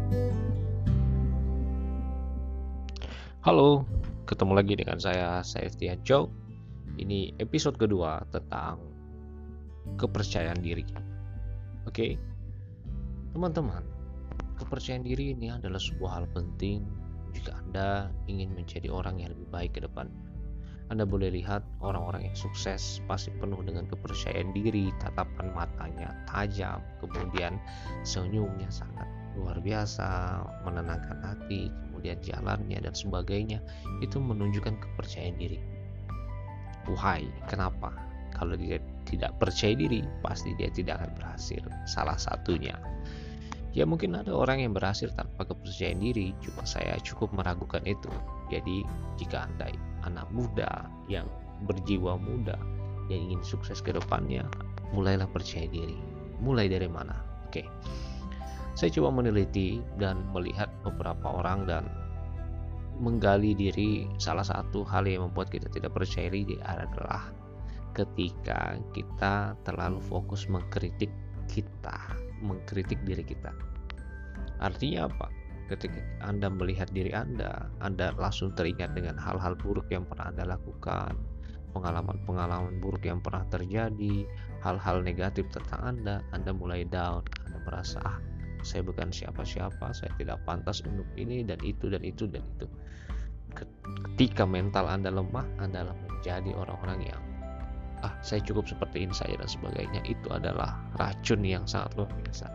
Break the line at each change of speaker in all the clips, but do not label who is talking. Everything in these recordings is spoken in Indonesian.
Halo, ketemu lagi dengan saya Saiftian Chow. Ini episode kedua tentang kepercayaan diri. Oke, teman-teman, kepercayaan diri ini adalah sebuah hal penting jika Anda ingin menjadi orang yang lebih baik ke depan. Anda boleh lihat orang-orang yang sukses pasti penuh dengan kepercayaan diri, tatapan matanya tajam, kemudian senyumnya sangat luar biasa, menenangkan hati, kemudian jalannya dan sebagainya, itu menunjukkan kepercayaan diri. Why? Kenapa? Kalau dia tidak percaya diri, pasti dia tidak akan berhasil. Salah satunya, ya mungkin ada orang yang berhasil tanpa kepercayaan diri, cuma saya cukup meragukan itu. Jadi jika Anda anak muda yang berjiwa muda yang ingin sukses ke depannya, mulailah percaya diri. Mulai dari mana? Oke. Saya coba meneliti dan melihat beberapa orang dan menggali diri. Salah satu hal yang membuat kita tidak percaya diri adalah ketika kita terlalu fokus mengkritik diri kita. Artinya apa? Ketika Anda melihat diri Anda langsung teringat dengan hal-hal buruk yang pernah Anda lakukan, pengalaman-pengalaman buruk yang pernah terjadi, hal-hal negatif tentang Anda mulai down, Anda merasa saya bukan siapa-siapa, saya tidak pantas untuk ini dan itu dan itu dan itu. Ketika mental Anda lemah, Anda menjadi orang-orang yang saya cukup seperti ini saja dan sebagainya. Itu adalah racun yang sangat luar biasa.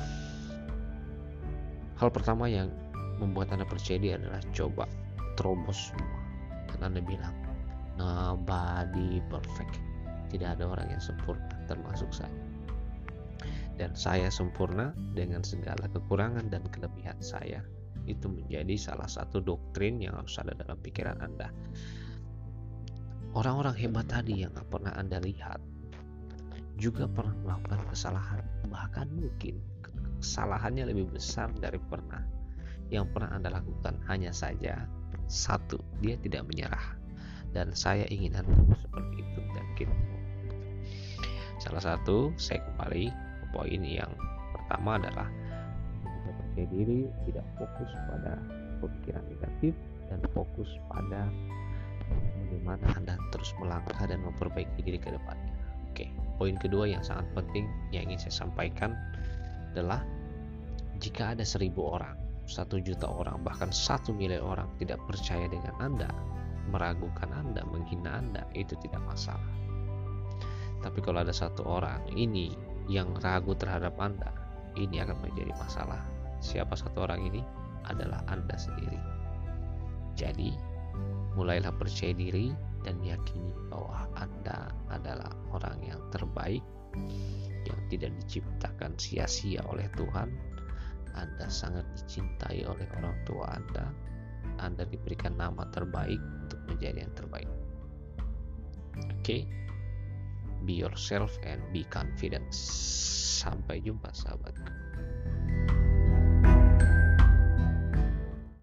Hal pertama yang membuat Anda percaya diri adalah coba terobos semua dan Anda bilang nobody perfect, tidak ada orang yang sempurna termasuk saya, dan saya sempurna dengan segala kekurangan dan kelebihan saya. Itu menjadi salah satu doktrin yang harus ada dalam pikiran Anda. Orang-orang hebat tadi yang pernah Anda lihat juga pernah melakukan kesalahan, bahkan mungkin kesalahannya lebih besar dari yang pernah Anda lakukan. Hanya saja satu, dia tidak menyerah, dan saya ingin Anda seperti itu dan kita. Salah satu, saya kembali ke poin yang pertama adalah kita percaya diri, tidak fokus pada pemikiran negatif dan fokus pada bagaimana Anda terus melangkah dan memperbaiki diri ke depannya. Oke, poin kedua yang sangat penting yang ingin saya sampaikan adalah jika ada 1.000 orang, 1 juta orang, bahkan 1 miliar orang tidak percaya dengan Anda, meragukan Anda, menghina Anda, itu tidak masalah. Tapi kalau ada 1 orang ini yang ragu terhadap Anda, ini akan menjadi masalah. Siapa 1 orang ini? Adalah Anda sendiri. Jadi, mulailah percaya diri dan yakini bahwa Anda adalah orang yang terbaik, yang tidak diciptakan sia-sia oleh Tuhan. Anda sangat dicintai oleh orang tua Anda. Anda diberikan nama terbaik untuk menjadi yang terbaik. Oke? Be yourself and be confident. Sampai jumpa sahabatku.